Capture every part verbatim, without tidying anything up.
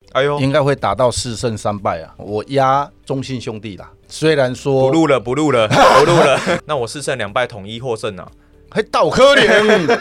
哎呦， 应该会打到四胜三败啊！我压中信兄弟啦，虽然说不录了，不录了，不录了。那我四胜两败，统一获胜啊！ 还倒可怜。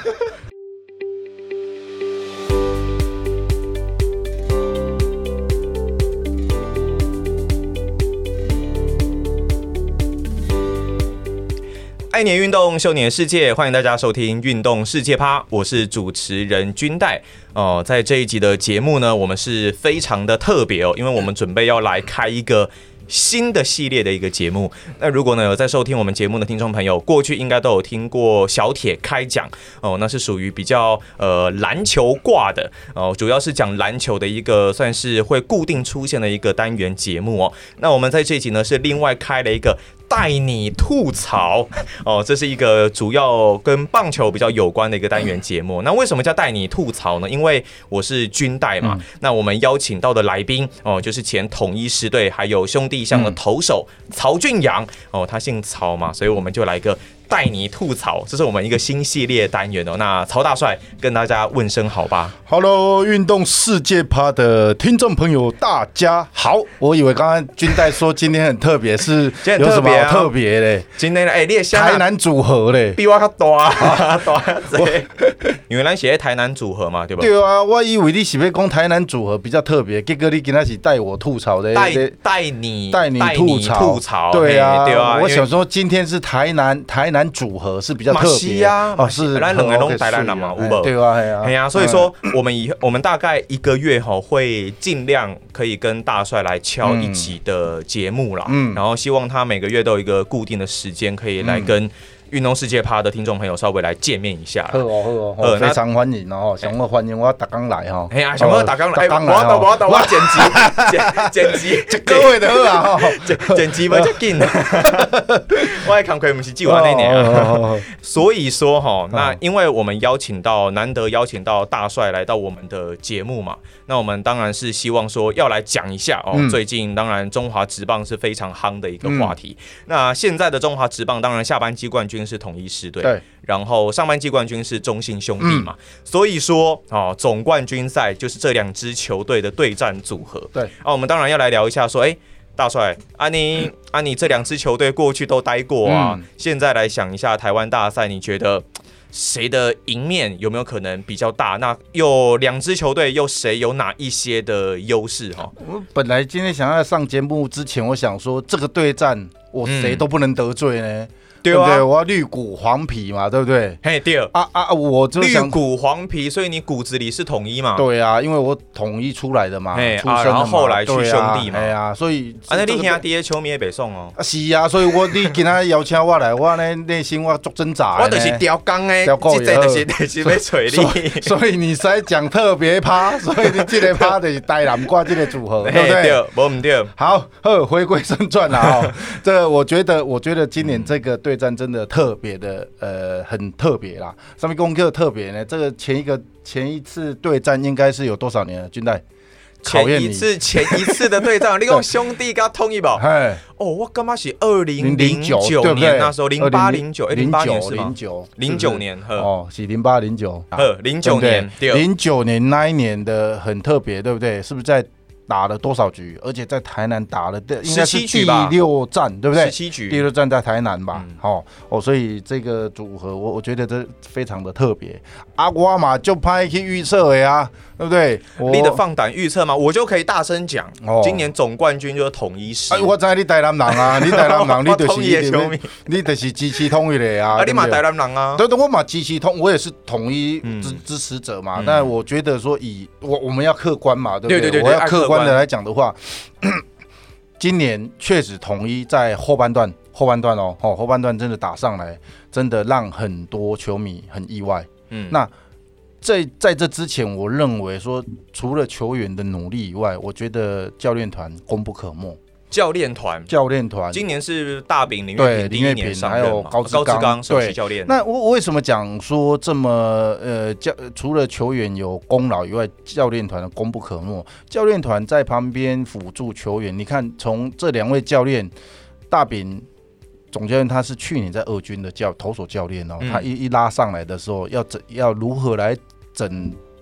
爱你的运动，秀你的世界，欢迎大家收听《运动世界趴》，我是主持人君代。哦、呃，在这一集的节目呢，我们是非常的特别哦，因为我们准备要来开一个新的系列的一个节目。那如果呢有在收听我们节目的听众朋友，过去应该都有听过小铁开讲哦，那是属于比较呃篮球挂的哦，主要是讲篮球的一个算是会固定出现的一个单元节目哦。那我们在这一集呢是另外开了一个带你吐槽哦，这是一个主要跟棒球比较有关的一个单元节目。那为什么叫带你吐槽呢？因为我是军代嘛，嗯、那我们邀请到的来宾哦，就是前统一狮队还有兄弟象的投手、嗯、曹俊阳哦，他姓曹嘛，所以我们就来一个带你吐槽，这是我们一个新系列单元哦。那曹大帅跟大家问声好吧。 Hello， 运动世界趴的听众朋友，大家好。我以为刚刚军代说今天很特别，是有什么好特别嘞？ 今天哎，你的台南组合嘞， 比我较大，大些。因为咱是台南组合嘛，对吧？ 对啊，我以为你是要讲台南组合比较特别，结果你今天是带我吐槽的， 带带你带你吐槽，吐槽，对啊，对啊。我想说今天是台南台南组合是比较特别啊， 哦是， 咱两个拢台南人嘛，有无？ 对啊，对啊， 哎呀，所以说我们以我们大概一个月吼会尽量可以跟大帅来敲一集的节目啦，嗯，然后希望他每个月都有一个固定的时间可以来跟运动世界趴的听众朋友稍微来见面一下。 好哦，好哦，呃，非常欢迎哦，想要欢迎我大刚来哈。 哎呀，想要大刚来，我我我我剪辑剪剪辑， 各位的好啊， 剪剪辑不要紧，我的工作不是只有那年啊。所以说哈，那因为我们邀请到难得邀请到大帅来到我们的节目嘛，那我们当然是希望说要来讲一下哦，最近当然中华职棒是非常夯的一个话题。那现在的中华职棒当然下半季冠军是统一狮队，对，然后上半季冠军是中信兄弟嘛，嗯、所以说哦，总冠军赛就是这两支球队的对战组合。对，啊，我们当然要来聊一下说，哎，大帅，啊你、嗯、啊你这两支球队过去都待过啊，嗯、现在来想一下台湾大赛，你觉得谁的赢面有没有可能比较大？那又两支球队又谁有哪一些的优势？哈， 我本来今天想要上节目之前，我想说这个对战我谁都不能得罪呢。嗯对不对？我要绿骨黄皮嘛，对不对？ 嘿，对啊啊！我就想绿骨黄皮，所以你骨子里是统一嘛？ 对啊，因为我统一出来的嘛，出生的嘛， 啊、然后后来去兄弟嘛， 哎呀、啊，所以啊，那你兄弟的球迷也北送哦。 啊，是啊，所以我你今仔邀请我来，我呢内心我足挣扎的。 我就是调工的，这真的是就是要找你。 所以你才讲特别趴，所以你这个趴就是台南挂这个组合，对不对？ 对，无唔对。 好，好，回归正传啦哦。这我觉得，我觉得今年这个对战真的特。特别的，呃，很特别啦。上面功课特别呢，这个前一个前一次对战应该是有多少年了？军代， 前一次前一次的对战，你讲兄弟跟统一吧？哎，哦，我感觉是二零零九年那时候，零八零九，零八年是吗？零九零九年， 哦，是零八零九， 呵，零九年， 零九年那一年的很特别，对不对？是不是在？打了多少局？而且在台南打了，应该是第六战，对不对？ 十七局， 第六战在台南吧？好、嗯哦，哦，所以这个组合，我我觉得这非常的特别。啊，我嘛就派去预测的啊，对不对？ 你的放胆预测嘛，我就可以大声讲，哦、今年总冠军就是统一狮。 哎，我知道你台南人啊，你台南人，你就是你，你就是支持统一的啊。 啊，你嘛台南人啊？ 对对，我嘛支持统，我也是统一支支持者嘛。嗯、但我觉得说以我我们要客观嘛，对不对？ 对对对， 我要客观的来讲的话，今年确实统一在后半段，后半段哦，后半段真的打上来，真的让很多球迷很意外。嗯，那在在这之前，我认为说，除了球员的努力以外，我觉得教练团功不可没。 教练团， 教练团， 今年是大饼林月平第一年上任嘛， 还有高志刚首席教练。 那我为什么讲说这么呃教？除了球员有功劳以外，教练团的功不可没。教练团在旁边辅助球员，你看从这两位教练，大饼总教练他是去年在二军的教投手教练哦，嗯、他一一拉上来的时候，要怎要如何来整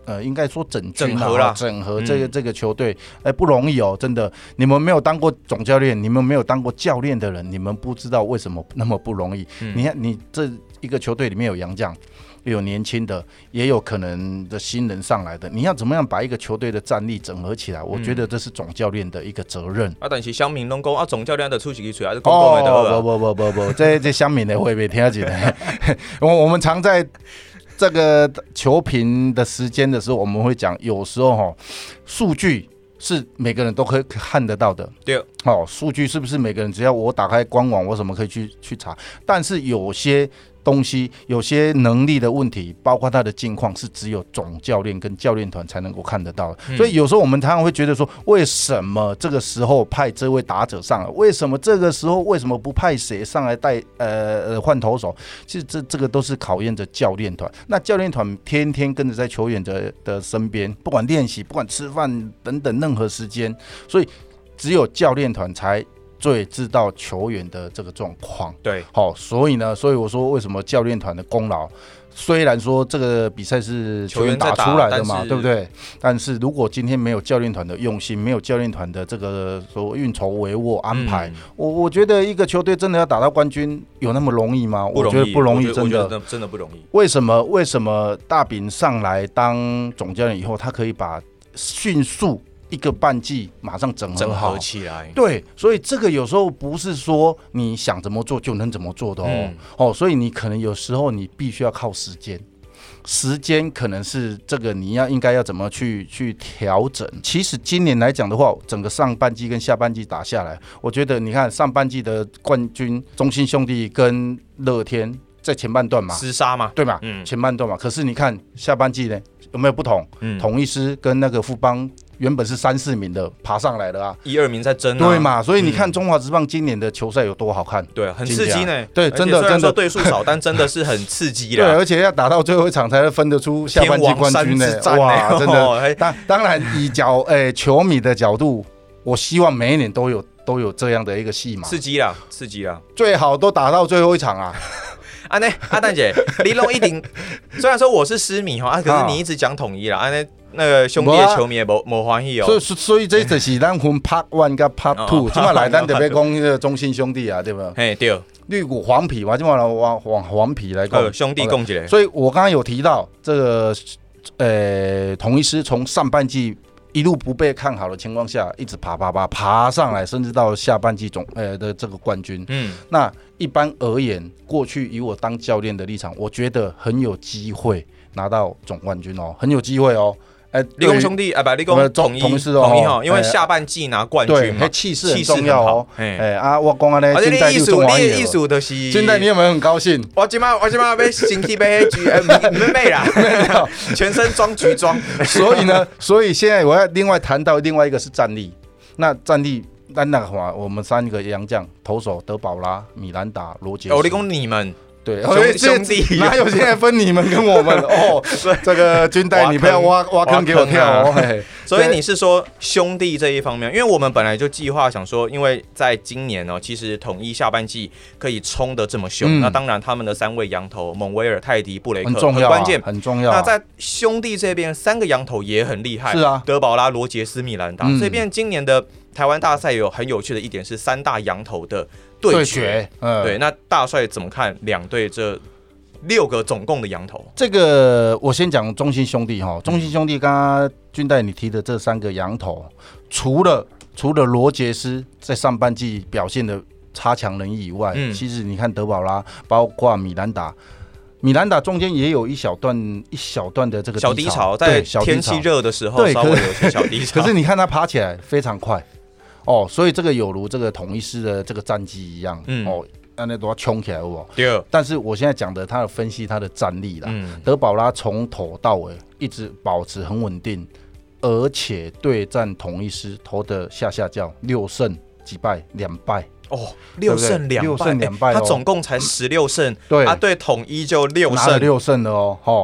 呃，应该说整军、啊、 整合啦， 整合这个、嗯、这个球队，哎，不容易哦，真的。你们没有当过总教练，你们没有当过教练的人，你们不知道为什么那么不容易。嗯、你看，你这一个球队里面有洋将，有年轻的，也有可能的新人上来的，你要怎么样把一个球队的战力整合起来？我觉得这是总教练的一个责任。嗯、 啊，但是乡民拢讲啊，总教练的出席出来是公共的得啊。 不不不不不，这这乡民的会被听进来。我我们常在这个球评的时间的时候，我们会讲，有时候哈，数据是每个人都可以看得到的。 对， 哦，数据是不是每个人只要我打开官网，我什么可以去去查？但是有些东西，有些能力的问题，包括他的境况，是只有总教练跟教练团才能够看得到的。嗯、所以有时候我们常常会觉得说，为什么这个时候派这位打者上来？为什么这个时候为什么不派谁上来带呃换投手？其实这这个都是考验着教练团。那教练团天天跟着在球员的的身边，不管练习，不管吃饭等等任何时间，所以只有教练团才最知道球员的这个状况。 对， 好、哦，所以呢，所以我说为什么教练团的功劳，虽然说这个比赛是球员打出来的嘛，对不对？但是如果今天没有教练团的用心，没有教练团的这个所谓运筹帷幄安排，嗯、我我觉得一个球队真的要打到冠军，有那么容易吗？ 不容易， 我觉得不容易，真的真的不容易。 为什么？为什么大饼上来当总教练以后，他可以把迅速一个半季马上整合好整合起来？ 对，所以这个有时候不是说你想怎么做就能怎么做的哦。嗯、哦，所以你可能有时候你必须要靠时间。时间可能是这个你要应该要怎么去去调整。其实今年来讲的话，整个上半季跟下半季打下来，我觉得你看上半季的冠军中信兄弟跟乐天在前半段嘛， 厮杀嘛， 对嘛，嗯、前半段嘛。可是你看下半季呢，有没有不同？嗯、统一狮跟那个富邦原本是三四名的爬上来了啊， 一二名在争啊， 对嘛？所以你看中华职棒今年的球赛有多好看， 对、啊，很刺激呢。 对，真的真的对数少，但真的是很刺激的。 对，而且要打到最后一场才分得出下半季冠军呢。哇，真的。当当然以角诶、欸、球迷的角度，我希望每一年都有都有这样的一个戏码， 刺激啦，刺激啦， 最好都打到最后一场啊。 啊那阿蛋姐，李龙一定虽然说我是狮迷哈，啊，可是你一直讲统一啦，啊那那个兄弟的球迷也无无欢喜哦。 所以所以这就是咱分 Part One 跟 Part Two， 今嘛来咱特别讲那个中信兄弟啊，对不？ 嘿对， 绿谷黄皮嘛，今嘛往往黄皮来讲， 兄弟共起来。 所以我刚刚有提到这个，呃，统一狮从上半季一路不被看好的情况下，一直爬爬爬爬上来，甚至到下半季总呃的这个冠军。嗯，那一般而言，过去以我当教练的立场，我觉得很有机会拿到总冠军哦，很有机会哦。哎，立功兄弟啊，不，立功统一统一哈，因为下半季拿冠军嘛，气势很重要哦。哎啊，我讲啊咧，现在你的意思就是，现在你有没有很高兴？我今晚我今晚要身体被黑橘，呃，没没啦，没有，全身装橘装。所以呢，所以现在我要另外谈到另外一个是战力，那战力。那那个话，我们三个洋将投手德保拉、米兰达、罗杰斯。哦，你讲你们对兄弟，哪有现在分你们跟我们哦？这个军代，你不要挖挖坑给我跳哦。所以你是说兄弟这一方面，因为我们本来就计划想说，因为在今年哦，其实统一下半季可以冲得这么凶，嗯、那当然他们的三位洋投蒙威尔、泰迪、布雷克很重要、啊，很关键，很重要、啊。那在兄弟这边，三个洋投也很厉害，是啊，德保拉、罗杰斯、米兰达。嗯、这边今年的台湾大赛有很有趣的一点是三大洋投的对决，嗯、对，那大帅怎么看两队这六个总共的洋投？这个我先讲中信兄弟哈，中信兄弟刚刚军代你提的这三个洋投，除了除了罗杰斯在上半季表现的差强人意以外，嗯、其实你看德保拉，包括米兰达。米兰达中间也有一小段一小段的这个低潮小低潮，在天气热的时候稍微有些小低潮。可是你看他爬起来非常快哦，所以这个有如这个统一狮的这个战绩一样、嗯、哦，那都要冲起来好不好？对。但是我现在讲的他的分析他的战力啦，嗯、德保拉从头到尾一直保持很稳定，而且对战统一狮投的下下叫六胜几败两败。哦，六胜两败，六胜两败、哦欸，他总共才十六胜，对，他对统一就六胜，拿了六胜了哦，哦，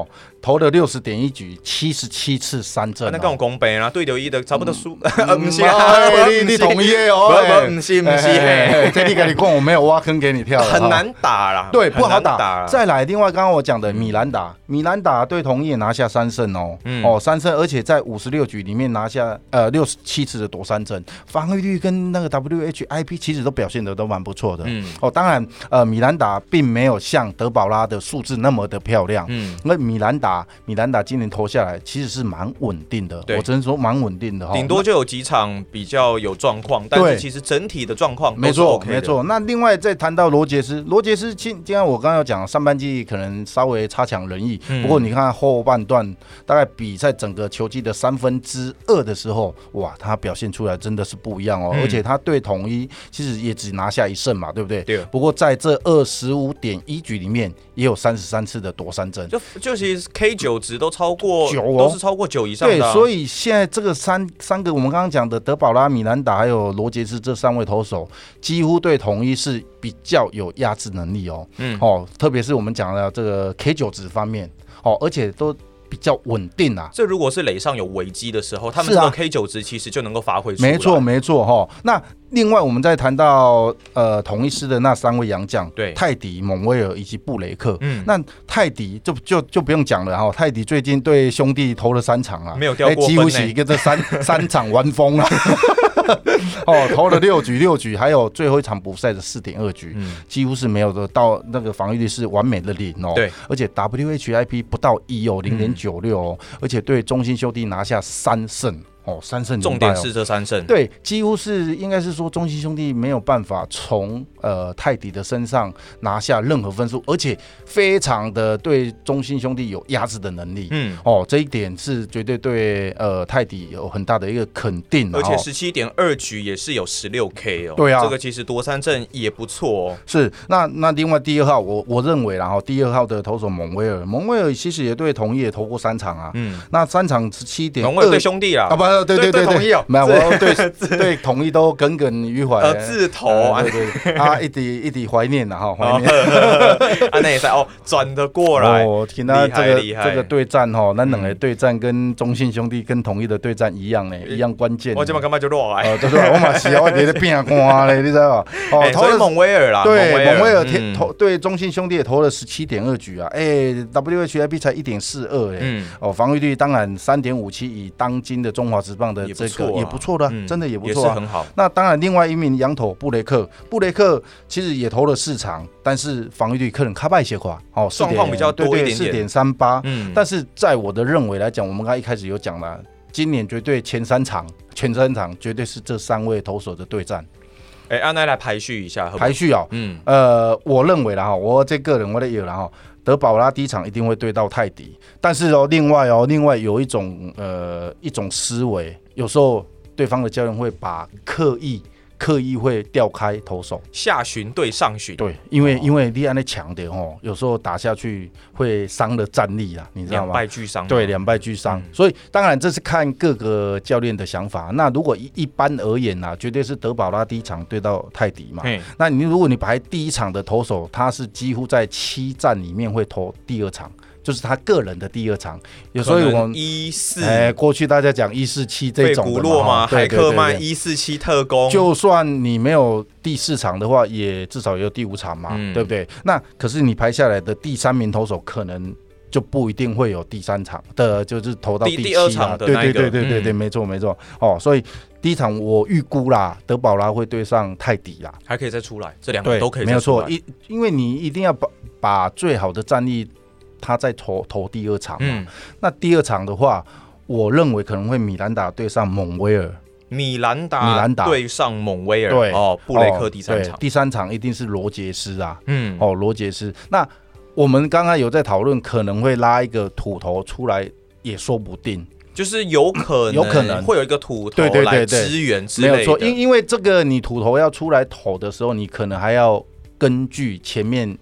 投了六十点一局，七十七次三振、哦。 那跟我公平啦，对到伊的差不多输。 嗯，不是啊，你你同意的哦？ 不不，不是不是，嘿， 这你跟你讲，我没有挖坑给你跳， 很难打啦， 对，不好打。再来，另外刚刚我讲的米兰达，米兰达对同一也拿下三胜哦，嗯、哦三胜，而且在五十六局里面拿下呃六十七次的夺三振，防御率跟那个 W H I P 其实都表现的都蛮不错的。嗯，哦，当然呃米兰达并没有像德保拉的数字那么的漂亮，嗯，因为米兰达米兰达今年投下来其实是蛮稳定的，我只能说蛮稳定的哈， 顶多就有几场比较有状况，但是其实整体的状况都是 OK 的。 没错没错。那另外再谈到罗杰斯，罗杰斯今今天我刚刚有讲上半季可能稍微差强人意，嗯、不过你看后半段大概比在整个球季的三分之二的时候，哇，他表现出来真的是不一样哦，嗯、而且他对统一其实也只拿下一胜嘛，对不对？ 对。 不过在这二十五点一局里面，也有三十三次的夺三振， 就就其实 K 九值都超过九、哦，都是超过九以上的、 啊。对，所以现在这个三三个我们刚刚讲的德保拉、米兰达还有罗杰斯这三位投手，几乎对统一是比较有压制能力哦。嗯，哦，特别是我们讲的这个 K 九值方面，哦，而且都比较稳定啊。 这如果是垒上有危机的时候，他们这个 K 九值其实就能够发挥出来。 没错，没错哈。那另外我们再谈到呃统一狮的那三位洋将，对，泰迪、蒙威尔以及布雷克。嗯，那泰迪就就就不用讲了哈。泰迪最近对兄弟投了三场啊， 没有掉过分、欸， 几乎是一个这三三场完封了。哦，投了六局，六局，还有最后一场补赛的四点二局，嗯、几乎是没有的，到那个防御率是完美的零哦。 对， 而且 W H I P 不到一哦，零点九六哦，而且对中信兄弟拿下三胜。哦，三胜、哦、 重点是这三胜， 对，几乎是应该是说中信兄弟没有办法从呃泰迪的身上拿下任何分数，而且非常的对中信兄弟有压制的能力。嗯，哦，这一点是绝对对呃泰迪有很大的一个肯定。 而且十七点二局也是有十六 K 哦， 对啊， 这个其实夺三振也不错哦。 是，那那另外第二号，我我认为啦哈，第二号的投手蒙威尔，蒙威尔其实也对统一也投过三场啊，嗯，那三场十七点， 蒙威尔对兄弟啦， 啊不。对对对对， 统一哦， 没有，我对对统一都耿耿于怀。 呃，自投啊， 对对，啊，一直一直怀念呐哈，怀念。 啊，那也是哦，转得过来。 哦，听他这个这个对战哈，那两个对战跟中信兄弟跟统一的对战一样呢，一样关键。 我今嘛干嘛就落来？ 哦，对对，我嘛是啊，我伫咧拼肝咧，你知道吧？ 哦，投了蒙威尔啦， 对，蒙威尔投对中信兄弟也投了十七点二局啊，哎 ，W H I P 才一点四二哎，哦，防御率当然三点五七，以当今的中华职棒的这个也不错的、啊嗯，真的也不错、啊， 也是很好。 那当然，另外一名洋投布雷克，布雷克其实也投了四场，但是防御率可能卡败些垮，哦， 状况比较多一点点， 四点三八。嗯，但是在我的认为来讲，我们刚才一开始有讲了，今年绝对前三场，前三场绝对是这三位投手的对战。 哎、欸，按来来排序一下， 排序啊、喔，嗯，呃，我认为啦哈，我这个人我的有啦哈。德保拉第一场一定会对到泰迪，但是哦，另外哦，另外有一种呃一种思维，有时候对方的教练会把刻意刻意会调开投手， 下旬对上旬， 对，因为、哦、因为你安尼强的哦，有时候打下去会伤了战力啦，你知道吗？ 两败俱伤， 对，两败俱伤、嗯。所以当然这是看各个教练的想法。那如果一般而言啦，绝对是德保拉第一场对到泰迪嘛。那你如果你排第一场的投手，他是几乎在七战里面会投第二场。就是他个人的第二场，所以我们一四， 哎，过去大家讲一四七这种的嘛， 费古洛嘛，海克曼一四七特攻， 就算你没有第四场的话，也至少也有第五场嘛、嗯，对不对？那可是你排下来的第三名投手，可能就不一定会有第三场的，就是投到第七第二场的那个，对对对对对对，嗯、没错没错。哦，所以第一场我预估啦，德保拉会对上泰迪啦， 还可以再出来，这两个都可以再出来， 没有错，因因为你一定要把把最好的战力。他在投投第二场嘛、嗯，那第二场的话，我认为可能会米兰达对上蒙威尔， 米兰达米兰达对上蒙威尔，对哦，布雷克第三场， 哦、第三场一定是罗杰斯啊，嗯，哦，罗杰斯。那我们刚刚有在讨论，可能会拉一个土头出来，也说不定。 就是有可能，有可能会有一个土头来支援之类的， 没有错。因因为这个，你土头要出来投的时候，你可能还要根据前面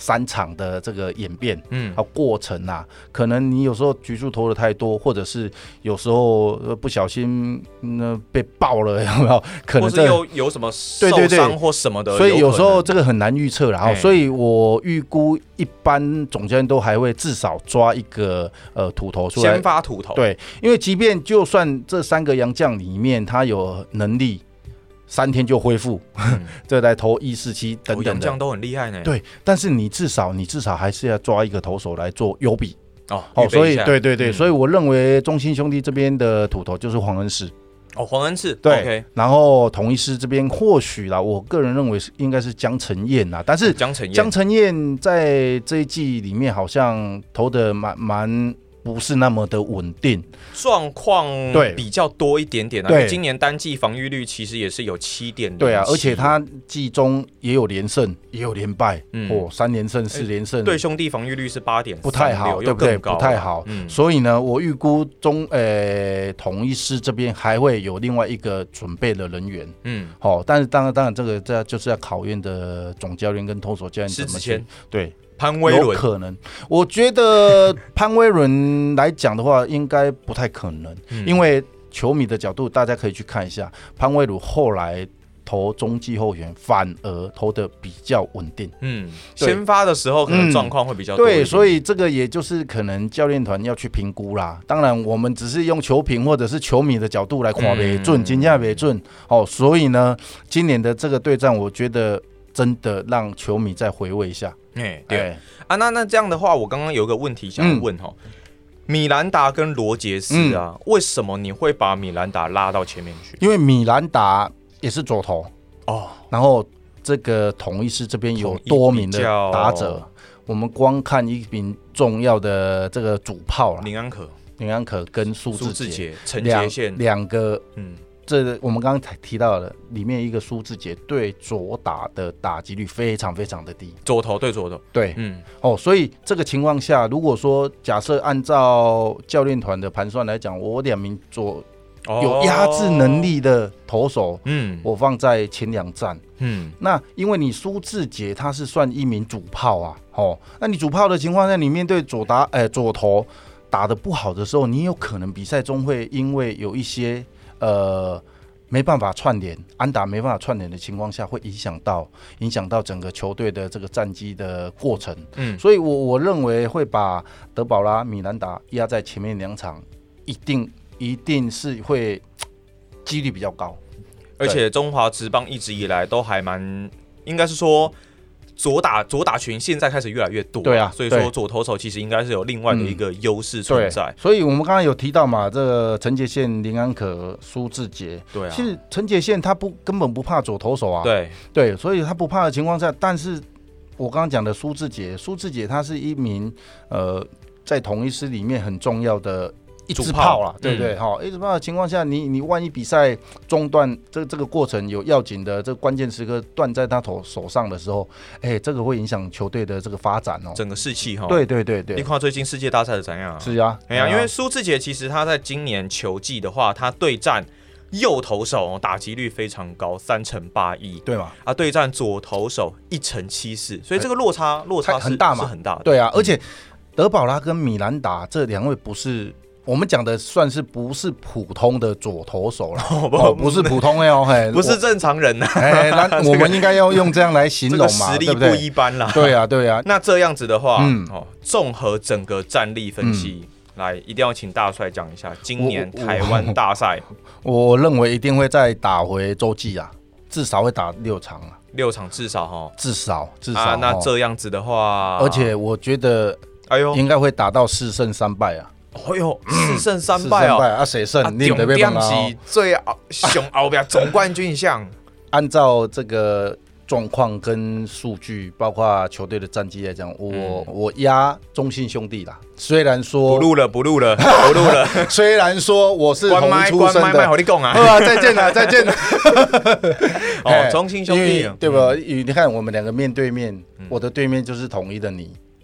三场的这个演变，嗯，啊过程啊，可能你有时候局数投的太多，或者是有时候不小心那、呃、被爆了，有没有？可能或是有有什么受伤或什么的， 所以有时候这个很难预测啦。所以我预估一般总教练都还会至少抓一个呃土头出来， 先发土头。 对，因为即便就算这三个洋将里面他有能力。三天就恢复，嗯、这来投一四七等等的， 洋将都很厉害呢。 对，但是你至少你至少还是要抓一个投手来做优比哦。 哦，所以对对对、嗯，所以我认为中信兄弟这边的土头就是黄恩赐。 哦，黄恩赐对、 okay 然后统一狮这边或许啦，我个人认为是应该是江承彦啦，但是江承彦江承彦在这一季里面好像投的蛮蛮。不是那么的稳定， 状况比较多一点点啊。对，今年单季防御率其实也是有七点零。 对啊，而且他季中也有连胜，也有连败，嗯，哦，三连胜、四连胜。 对兄弟防御率是八点， 不太好，对不对？不太好。嗯，所以呢，我预估中呃统一狮这边还会有另外一个准备的人员，嗯，好、哦，但是当然，当然这个这就是要考验的总教练跟投手教练怎么去对。 潘威伦有可能，我觉得潘威伦来讲的话，应该不太可能，嗯、因为球迷的角度，大家可以去看一下，潘威伦后来投中继后援，反而投的比较稳定。嗯， 先发的时候可能状况会比较多、嗯、 对，所以这个也就是可能教练团要去评估啦。当然，我们只是用球评或者是球迷的角度来看不准，真的不准哦。所以呢，今年的这个对战，我觉得真的让球迷再回味一下。 欸、对、欸、啊，那那这样的话，我刚刚有一个问题想要问哈、嗯，米兰达跟罗杰斯啊、嗯，为什么你会把米兰达拉到前面去？ 因为米兰达也是左投哦，然后这个统一狮这边有多名的打者，我们光看一名重要的这个主炮啦， 林安可、 林安可跟苏智杰、 陈杰宪两个，嗯。这我们刚刚提到的，里面一个苏智杰对左打的打击率非常非常的低， 左投对左投， 对，嗯，哦，所以这个情况下，如果说假设按照教练团的盘算来讲，我两名左有压制能力的投手，嗯，我放在前两站，嗯，那因为你苏智杰他是算一名主炮啊，哦，那你主炮的情况下，你面对左打，哎、欸，左投打得不好的时候，你有可能比赛中会因为有一些。呃，没办法串联，安打没办法串联的情况下，会影响到影响到整个球队的这个战绩的过程。嗯，所以我我认为会把德保拉、米兰达压在前面两场，一定一定是会几率比较高。 而且中华职棒一直以来都还蛮，应该是说。左打左打群现在开始越来越多， 对啊， 所以说左投手其实应该是有另外的一个优势存在、嗯。 所以我们刚刚有提到嘛，这个陈杰宪、林安可、苏智杰， 对啊， 其实陈杰宪他不根本不怕左投手啊， 对对，所以他不怕的情况下，但是我刚刚讲的苏智杰，苏智杰他是一名呃在统一狮里面很重要的。一支炮啦，对不对？哈、嗯，一支炮的情况下，你你万一比赛中断，这这个过程有要紧的这个关键时刻断在他头手上的时候，哎、欸，这个会影响球队的这个发展哦， 整个士气哈。 对对对对， 你看最近世界大赛的怎样、啊？ 是啊， 哎呀、啊，因为苏智杰其实他在今年球季的话，他对战右投手打击率非常高，三成八一， 对嘛？ 啊，对战左投手一成七四，所以这个落差落差很大嘛， 是很大的。 对啊，而且德保拉跟米兰达这两位不是。我们讲的算是不是普通的左投手了、哦，哦，不是普通的哦，嘿， 不是正常人呐、啊， 哎，那我们应该要用这样来形容嘛， 这个实力不一般啦， 对啊，对啊。 那这样子的话，嗯，哦，综合整个战力分析、嗯，来，一定要请大帅讲一下今年台湾大赛。 我, 我认为一定会再打回洲际啊，至少会打六场啊， 六场至少哈， 至少至少、 啊。那这样子的话， 而且我觉得，哎呦，应该会打到四胜三败啊。 哦呦，四胜三败哦！ 啊，谁胜？你得被帮啊！最上后边总冠军项， 按照这个状况跟数据，包括球队的战绩来讲，我、嗯、我压中信兄弟啦。虽然说不录了，不录了，不录了。 虽然说我是同一出生的， 关麦，好你讲啊！ 啊，再见了，再见了。 哦，中信兄弟对吧？嗯、你看我们两个面对面，嗯、我的对面就是统一的你。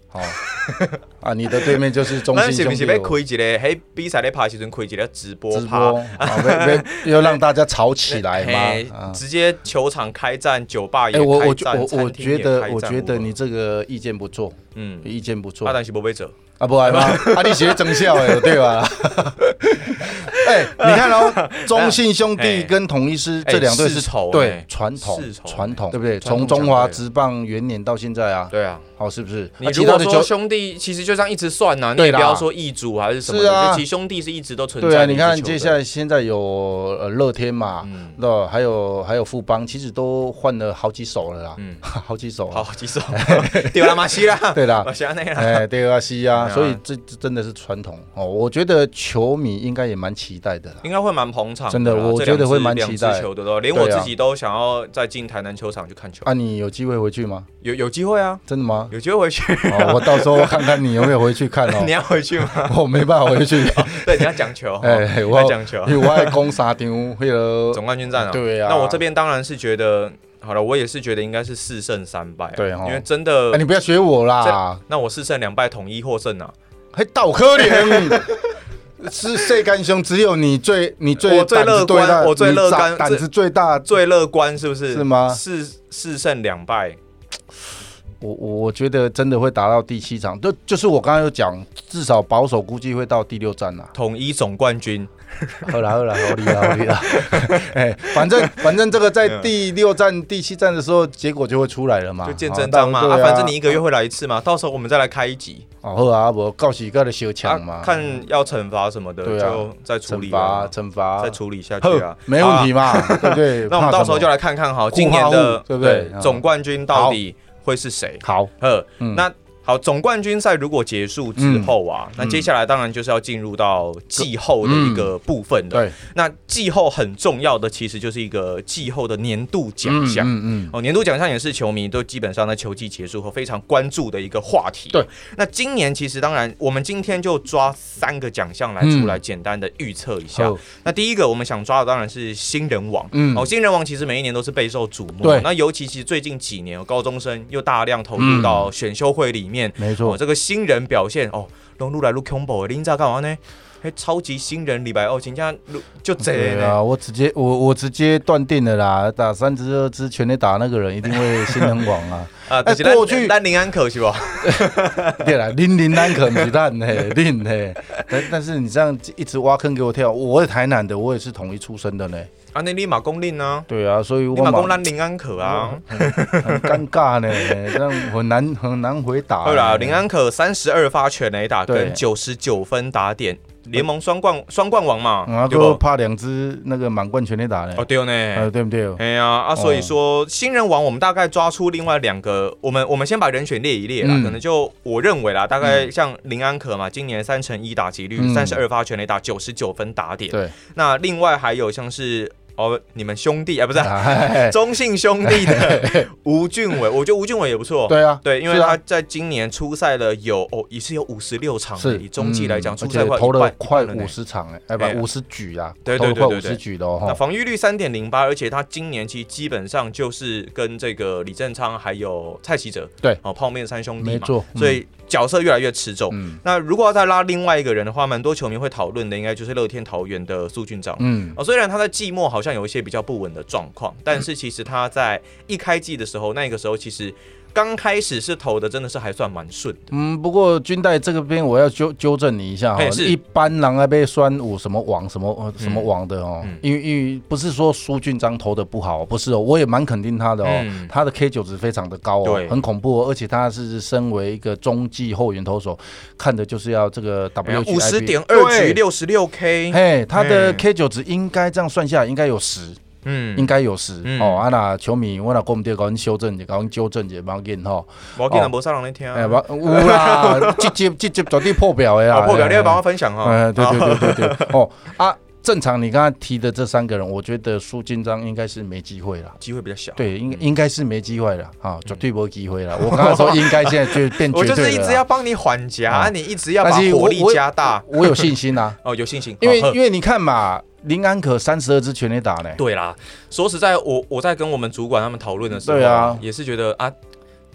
哦啊，你的对面就是中信兄弟。 那是不是要开一个？嘿，比赛咧拍时阵开一个直播直播，啊，要让大家吵起来吗？啊、直接球场开战，酒吧也开战， 欸、我我我我觉得，我觉得你这个意见不错，嗯，意见不错。 啊，但是不被走啊，不爱吗？啊，你是争笑哎，对吧？哎、欸，你看哦，中信兄弟跟统一狮这两队是对传统传统，对不对？从中华职棒元年到现在啊， 对啊， 好是不是？ 你如果说兄弟，其实就这样一直算呐、啊，你也不要说易主还是什么的， 啊、 就其实兄弟是一直都存在。 对啊，你看接下来现在有呃乐天嘛，嗯，对，还有还有富邦，其实都换了好几手了啦，嗯，好几手， 好几手，丢啦马西啦， 对啦， 马西啦， 哎，丢啦西啊，所以这真的是传统哦。我觉得球迷应该也蛮期待的， 应该会蛮捧场的， 真的，我觉得会蛮期待。 球的，连我自己都想要再进台南球场去看球。 啊，你有机会回去吗？ 有有机会啊， 真的吗？ 有机会回去。 哦，我到时候看看你有没有回去看哦。 你要回去吗？ 我没办法回去。 哦、对，你要讲球。 哎、欸， 我要讲球， 因为我爱攻三场那个总冠军战啊。 对啊。 那我这边当然是觉得，好了，我也是觉得应该是四胜三败、啊。 对哦， 因为真的， 欸、你不要学我啦。 那我四胜两败，统一获胜啊。 还倒可怜。是世间上只有你最你最我最乐观，我最乐观， 胆子最大， 最乐观，是不是？ 是吗？ 四四胜两败。 我我觉得真的会打到第七场，就就是我刚刚有讲，至少保守估计会到第六战啦。 统一总冠军， 好啦好啦，好厉害好厉害，哎，反正反正这个在第六战、第七战的时候，结果就会出来了嘛， 就见真章嘛。啊，反正你一个月会来一次嘛，到时候我们再来开一集。 哦，好啊，我到时跟你小抢嘛、啊， 看要惩罚什么的，啊、就再处理， 惩罚惩罚， 再处理下去啊， 没问题嘛，对不对？ 那我们到时候就来看看哈，今年的对不对？ 总冠军到底会是谁？ 好， 呃，嗯、那。好，总冠军赛如果结束之后啊，嗯、那接下来当然就是要进入到季后的一个部分的。嗯、对，那季后很重要的其实就是一个季后的年度奖项。嗯 嗯, 嗯哦，年度奖项也是球迷都基本上在球季结束后非常关注的一个话题。 对， 那今年其实当然，我们今天就抓三个奖项来出来简单的预测一下。嗯、那第一个我们想抓的当然是新人王。嗯，哦，新人王其实每一年都是备受瞩目。 对， 那尤其其实最近几年，高中生又大量投入到选秀会里面。 没错、 哦，这个新人表现哦，都愈来愈恐怖的。你知道干嘛呢？嘿，超级新人礼拜二，真正就这呢。 啊，我直接我我直接断定了啦，打三支二支全垒打那个人一定会新人王啊。 啊，但是过去但林安可是吧？ 对啦，林林安可不是咱嘿，林嘿。但但是你这样一直挖坑给我跳，我是台南的，我也是统一出身的呢。 啊，那立马公令啊！ 对啊，所以我立马公咱林安可啊， 很尴尬呢，这样很难很难回答。 对啦，林安可三十二发全垒打跟九十九分打点，联盟双冠双冠王嘛， 然后怕两支那个满贯全垒打呢。 哦，对呢， 呃，对不对？ 哎呀啊，所以说新人王我们大概抓出另外两个，我们我们先把人选列一列啦，可能就我认为啦，大概像林安可嘛，今年三成一打击率，三十二发全垒打，九十九分打点。 对， 那另外还有像是。哦，你们兄弟啊，不是、啊、中信兄弟的吴俊伟，我觉得吴俊伟也不错。 对啊， 对，因为他在今年出赛了有哦，也是有五十六场，以中继来讲，出赛投了快五十场，哎，哎不，五十局啊， 对对对对五十局的哦。 那防御率三点零八，而且他今年其实基本上就是跟这个李正昌还有蔡奇哲， 对， 哦，泡面三兄弟嘛， 没错， 所以。角色越来越持重。嗯、那如果要再拉另外一个人的话，蛮多球迷会讨论的，应该就是乐天桃园的苏俊章。嗯、哦，虽然他在季末好像有一些比较不稳的状况，但是其实他在一开季的时候，那个时候其实。刚开始是投的，真的是还算蛮顺的。 嗯，不过军代这个边我要纠纠正你一下哈，一般人爱被酸有什么网什么什么网的哦，嗯、因为因为不是说苏俊章投的不好，不是哦，我也蛮肯定他的哦，嗯、他的 K 九值非常的高哦，很恐怖哦，而且他是身为一个中继后援投手，看的就是要这个 W H I P 五十点二局六十六 K， 嘿，他的 K 九值应该这样算下来应该有十。嗯，应该有十、嗯、哦。啊，那球迷，我那讲唔对，甲阮修正一下，甲阮纠正一下，冇紧吼。 冇紧啊，无啥人咧听。 哎、欸，有啦，这集这集绝对破表的啦。 哦、破表，你要帮我分享哈。 哎，对对对对对。哦啊，正常你刚刚提的这三个人，我觉得苏金章应该是没机会了， 机会比较小。 对，应应该是没机会了啊，绝对没机会了。我刚才说应该，现在就变绝对了。 我就是一直要帮你缓夹，啊、你一直要把火力加大。 我, 我, 我有信心啊。 哦，有信心， 因为因为你看嘛。林安可三十二支全垒打呢？ 对啦，说实在，我我在跟我们主管他们讨论的时候，对啊，也是觉得啊，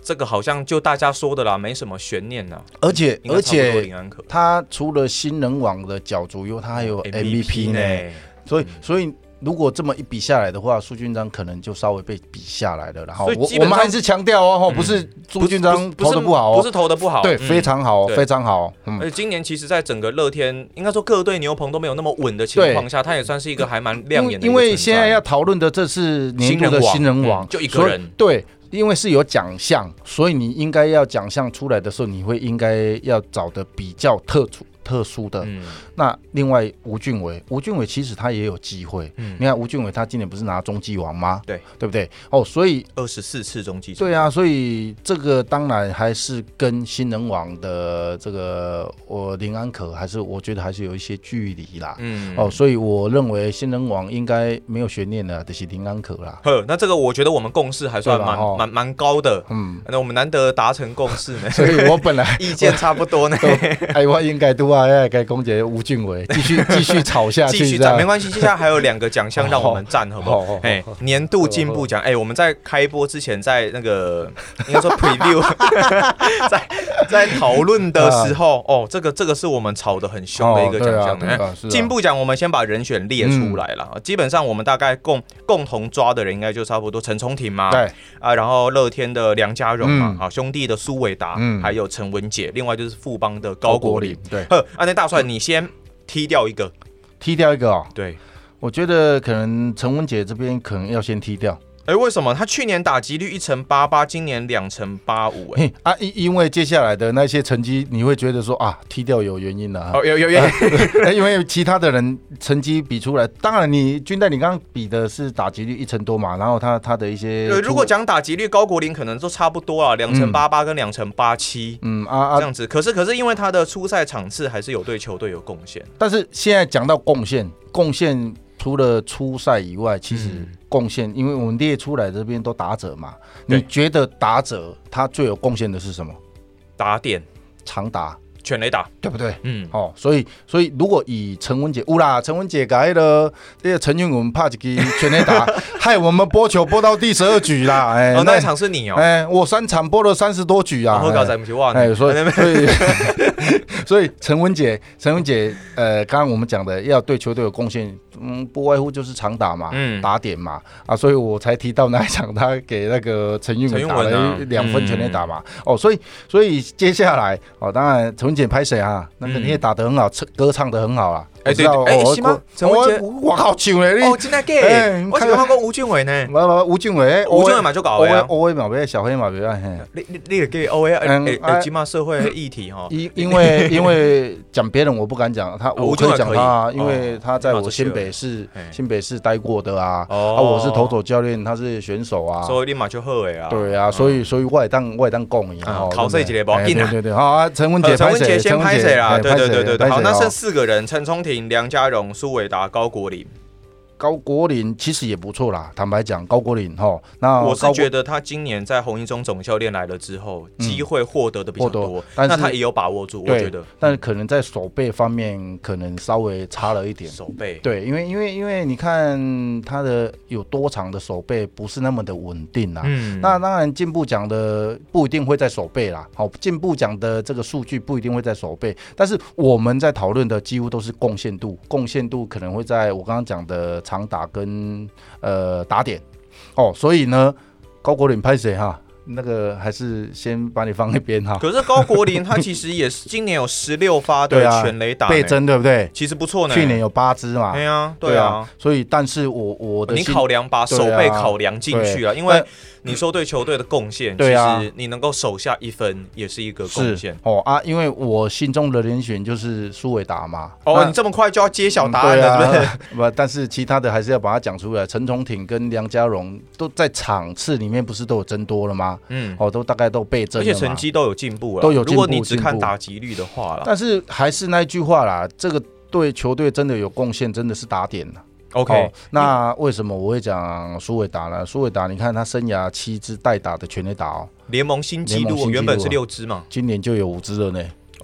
这个好像就大家说的啦，没什么悬念啦。 而且而且他除了新人王的角逐以后，他还有 M V P 呢，欸、所以所以。如果这么一比下来的话，苏俊章可能就稍微被比下来了。然后我我们还是强调哦，不是苏俊章投的不好、哦， 不是投的不好， 对，嗯、非常好，非常好。 嗯、而且今年其实，在整个乐天，应该说各队牛棚都没有那么稳的情况下，他也算是一个还蛮亮眼的一个存在。因为现在要讨论的这是年度的新人王， 嗯、就一个人， 对。因为是有奖项，所以你应该要奖项出来的时候，你会应该要找的比较特殊。特殊的，嗯、那另外吴俊伟，吴俊伟其实他也有机会。嗯、你看吴俊伟他今年不是拿中继王吗？ 对， 对不对？哦，所以二十四次中继。 对啊，所以这个当然还是跟新人王的这个我林安可还是我觉得还是有一些距离啦。嗯，哦，所以我认为新人王应该没有悬念了，就是林安可啦。 呵，那这个我觉得我们共识还算蛮蛮蛮高的。嗯，那我们难得达成共识呢， 所以我本来意见差不多呢。 哎，我应该都。哎，该攻击吴俊伟，继续继续吵下去， 继续战没关系。接下来还有两个奖项让我们战，好不好？哎，年度进步奖，哎，我们在开播之前，在那个应该说 preview， 在在讨论的时候，哦，这个这个是我们吵得很凶的一个奖项。进步奖我们先把人选列出来了，基本上我们大概共共同抓的人应该就差不多陈聪廷嘛， 对啊，然后乐天的梁家荣嘛，好兄弟的苏伟达，还有陈文杰，另外就是富邦的高国林， 对。 啊，那大帅，你先踢掉一个， 踢掉一个哦。 对， 我觉得可能陈文杰这边可能要先踢掉。 哎、欸，为什么？他去年打击率一成八八，今年两成八五。哎啊，因因为接下来的那些成绩，你会觉得说啊，踢掉有原因的、啊。 哦，有有原因， 因为其他的人成绩比出来，当然你军代你刚刚比的是打击率一成多嘛，然后他他的一些， 对，如果讲打击率，高国林可能都差不多啊，两成八八跟两成八七，嗯啊啊这样子。可是可是因为他的出赛场次还是有对球队有贡献。 但是现在讲到贡献，贡献。除了出赛以外，其实贡献，因为我们列出来这边都打者嘛，你觉得打者他最有贡献的是什么？ 打点、 长打、 全垒打， 对不对？嗯，哦，所以所以如果以陈文杰，有啦，陈文杰改了，这个陈俊文拍一个全垒打，害我们播球播到第十二局啦，哎、 欸，哦，那一场是你哦， 哎、欸，我三场播了三十多局啊， 我搞在不起哇， 哎，所以所以所以陈文杰，陈文杰，呃，刚刚我们讲的要对球队有贡献。嗯，不外乎就是长打嘛，嗯、打点嘛，啊，所以我才提到那一场他给那个陈韵文打了两分全垒打嘛，嗯、哦，所以所以接下来哦，当然陈文杰拍谁啊？那个你也打得很好，歌唱得很好啦。 哎、欸，对，哎、欸，是吗？陈文杰， 我靠，唱嘞！ 哦，真的假的？我喜欢讲吴俊伟呢。 不不，吴俊伟， 吴俊伟嘛就搞的啊。 O A 嘛别，小黑嘛别啊。 你你你也给 O A， 哎哎，起码社会议题哈。 因因为因为讲别人我不敢讲，他我可以讲他，因为他在我新北市新北市待过的啊。啊，我是投手教练，他是选手啊。 所以你嘛就好的啊。 对啊，所以所以我也当我也当讲伊啊。 考这一节不要紧啊。 对对对，好啊，陈文杰， 陈文杰先拍谁啦？对对对对对，好，那剩四个人：陈聪廷、梁家荣、苏伟达、高国林。 高国林其实也不错啦，坦白讲，高国林哈，那我是觉得他今年在洪一中总教练来了之后，机会获得的比较多， 但那他也有把握住，我觉得。 但是可能在守备方面，可能稍微差了一点。 守备对，因为因为因为你看他的有多长的守备不是那么的稳定啦。嗯。那当然进步奖的不一定会在守备啦，好，进步奖的这个数据不一定会在守备，但是我们在讨论的几乎都是贡献度，贡献度可能会在我刚刚讲的。长打跟呃打点哦，所以呢，高国林拍谁哈？那个还是先把你放一边哈。 可是高国林他其实也是今年有十六发的全垒打， 倍增对不对？ 其实不错呢。 去年有八支嘛。 对啊，对啊。 所以，但是我我的你考量把守备考量进去啊，因为你说对球队的贡献，其实你能够守下一分也是一个贡献哦啊。因为我心中的人选就是苏伟达嘛。 哦，你这么快就要揭晓答案了，对不对？ 不，但是其他的还是要把它讲出来。陈崇廷跟梁家荣都在场次里面不是都有增多了吗？嗯，哦，都大概都倍增了嘛， 而且成绩都有进步了， 都有进步。 如果你只看打击率的话啦， 但是还是那句话啦，这个对球队真的有贡献，真的是打点了。 OK， 哦、那为什么我会讲苏伟达呢？苏伟达，你看他生涯七支代打的全垒打哦， 联盟新纪录原本是六支嘛， 今年就有五支了呢。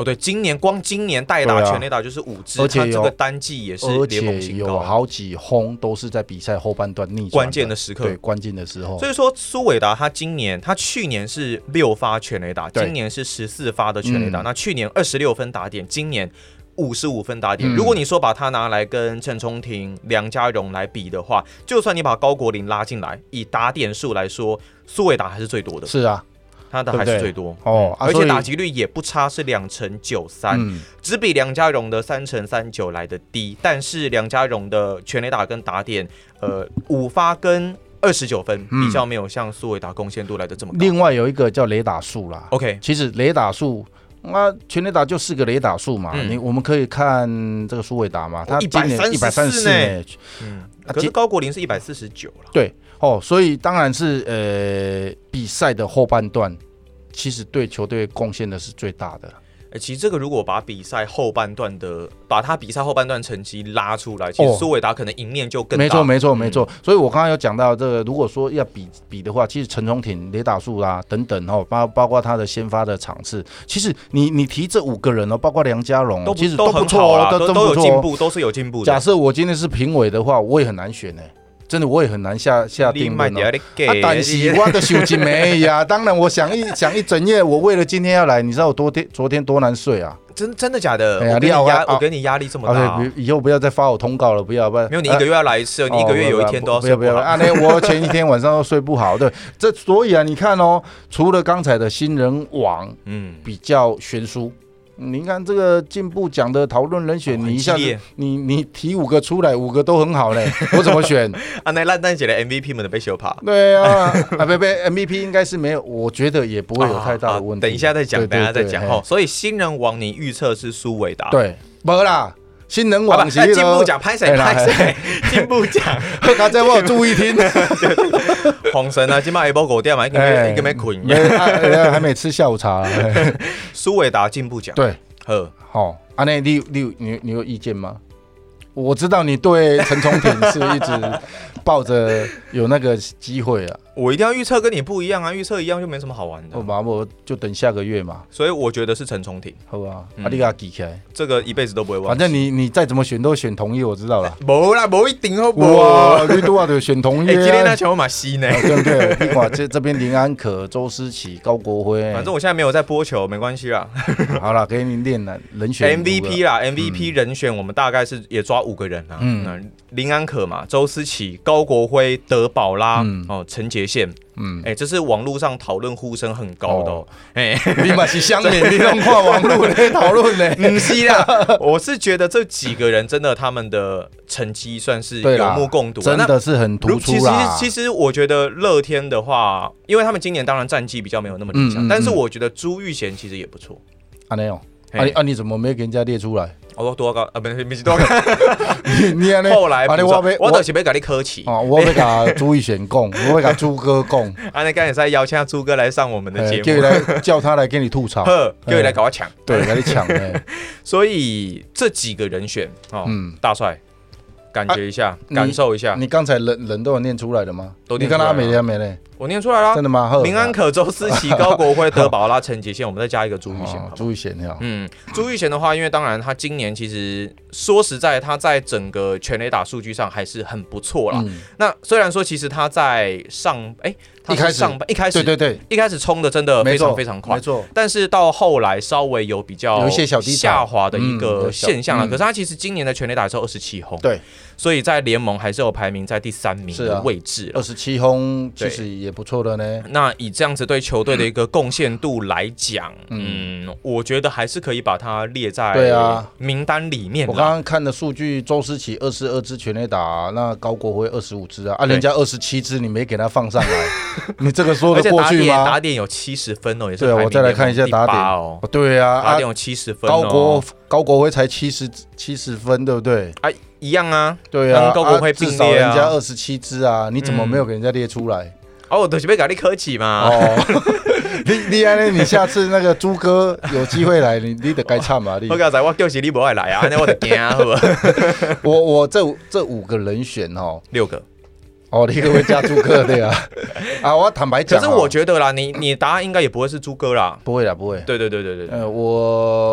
哦，对，今年光今年代打、全垒打就是五支， 而且这个单季也是联盟新高， 而且有好几轰都是在比赛后半段逆转的关键的时刻， 对，关键的时候。 所以说，苏伟达他今年他去年是六发全垒打，今年是十四发的全垒打，嗯、那去年二十六分打点，今年五十五分打点、嗯。如果你说把他拿来跟陈冲廷、梁家荣来比的话，就算你把高国林拉进来，以打点数来说，苏伟达还是最多的。 是啊。 他的还是最多哦、 嗯，而且打击率也不差，是两成九三，只比梁家荣的三成三九来的低。但是梁家荣的全垒打跟打点，呃，五发跟二十九分，比较没有像苏伟达贡献度来的这么高。 另外有一个叫雷打数啦 ，OK， 其实雷打数。那全垒打就四个雷打数嘛，嗯、你我们可以看这个苏伟达嘛，他今年一百三十四呢， 嗯，可是高国林是一百四十九了， 对哦，所以当然是呃比赛的后半段，其实对球队贡献的是最大的。 欸、其实这个如果把比赛后半段的，把他比赛后半段成绩拉出来，其实苏伟达可能赢面就更大。 没错，没错，没错。所以我刚刚有讲到这个，如果说要比比的话，其实陈冲廷、雷打数啊等等哦，包包括他的先发的场次，其实你你提这五个人哦，包括梁家荣，其实都不错哦， 都都有进步，都是有进步的。 假设我今天是评委的话，我也很难选哎、欸。真的我也很难下下定论哦。啊，但是我的手机没呀。当然，我想一想一整夜，我为了今天要来，你知道我多天昨天多难睡啊？ 真真的假的？我给你压，我给你压力这么大、哦。 Okay, 以后不要再发我通告了，不要不要。 没有，你一个月要来一次，啊、你一个月有一天都要睡不好。 不要不要啊！那我前一天晚上都睡不好，对，这所以啊，你看哦，除了刚才的新人王，嗯，比较悬殊。你看这个进步奖的讨论人选，哦、你一下子你你提五个出来，五个都很好嘞，我怎么选？ 啊，那烂蛋写的 M V P 们的被修爬。 对啊，啊不不 ，M V P 应该是没有，我觉得也不会有太大的问题。 啊啊、等一下再讲，等一下再讲哦。所以新人王你预测是苏伟达？ 对，没啦。新人王是进步奖，拍谁拍谁？进步奖， 大家我有注意听。 黄神啊，今晚 A 波狗店嘛，一个没一个没困， 还没吃下午茶。 苏伟达进步奖， 对，呵，好，阿内，你你你你有意见吗？我知道你对陈冲廷是一直抱着有那个机会啊。 我一定要预测跟你不一样啊，预测一样就没什么好玩的。 我嘛，我就等下个月嘛。 所以我觉得是陈冲廷。 好啊，嗯、啊你给他记起来， 这个一辈子都不会忘记。 反正你你再怎么选都选同意，我知道了。 没啦，没一定好不好？哇，你多少就选同意、啊？ 哎、欸，今天那球马西呢？ 对不对？你看这这边林安可、周思齐、高国辉， 反正我现在没有在播球，没关系啦。 好了，给你练了人选 M V P 啦 ，M V P 人选我们大概是也抓五个人啊。嗯，林安可嘛，周思齐、高国辉、德保拉、嗯、哦，陈杰宪。嗯，哎、欸，这是网络上讨论呼声很高的哦。哎、哦， 欸、你嘛是乡民，你弄跨网络来讨论呢？ 不是啦，我是觉得这几个人真的他们的成绩算是有目共睹， 真的是很突出啦。 其实，其实我觉得乐天的话，因为他们今年当然战绩比较没有那么理想，嗯嗯嗯、但是我觉得朱玉贤其实也不错。 啊，没有，啊你啊你怎么没给人家列出来？ 我多高啊？不是，不是多高。 你你安尼后来， 我我我就是要跟你客气。 哦，我要跟朱玉贤讲，我要跟朱哥讲。 安尼刚才在邀请朱哥来上我们的节目， 叫来叫他来跟你吐槽， 呵，叫你来跟我抢， 对，跟你抢。 所以这几个人选哦，嗯，大帅，感觉一下，感受一下。 你刚才人人都有念出来的吗？ 都念出来了。 你跟他没连没嘞？ 我念出来了， 真的吗？ 林安可、周思齐、高国辉、德保拉、陈杰宪，我们再加一个朱玉贤。 朱玉贤呀， 嗯，朱玉贤的话，因为当然他今年其实说实在，他在整个全垒打数据上还是很不错啦。嗯、那虽然说其实他在上哎、欸，他是上班一开始对对对， 一开始冲的真的非常非常快， 没错。 但是到后来稍微有比较有一些小低下滑的一个现象了。 嗯、 可是他其实今年的全垒打只有二十七轰， 对， 所以在联盟还是有排名在第三名的位置。 二十七轰其实也不错的呢。 那以这样子对球队的一个贡献度来讲，嗯，嗯，我觉得还是可以把它列在名单里面。 我刚刚看的数据，周思齐二十二支全垒打，那高国辉二十五支啊，啊，人家二十七支，你没给他放上来，你这个说得过去吗？ 打点有七十分哦，也是对，我再来看一下打点哦， 对啊， 打点有七十分哦，高国高国辉才七十七十分，对不对？ 啊，一样啊， 对啊， 高国辉至少人家二十七支啊，你怎么没有给人家列出来？ 哦，我就是要跟你客气嘛。 哦，你你安尼，你下次那个朱哥有机会来，你你得该唱嘛。 我刚才我就是你不爱来啊，那我得惊好不好？ 我我这这五个人选哦， 六个。 哦，你可不可以加朱哥对啊？啊，我坦白讲， 可是我觉得啦，你你答案应该也不会是朱哥啦， 不会啦，不会。 对对对对对。 呃，我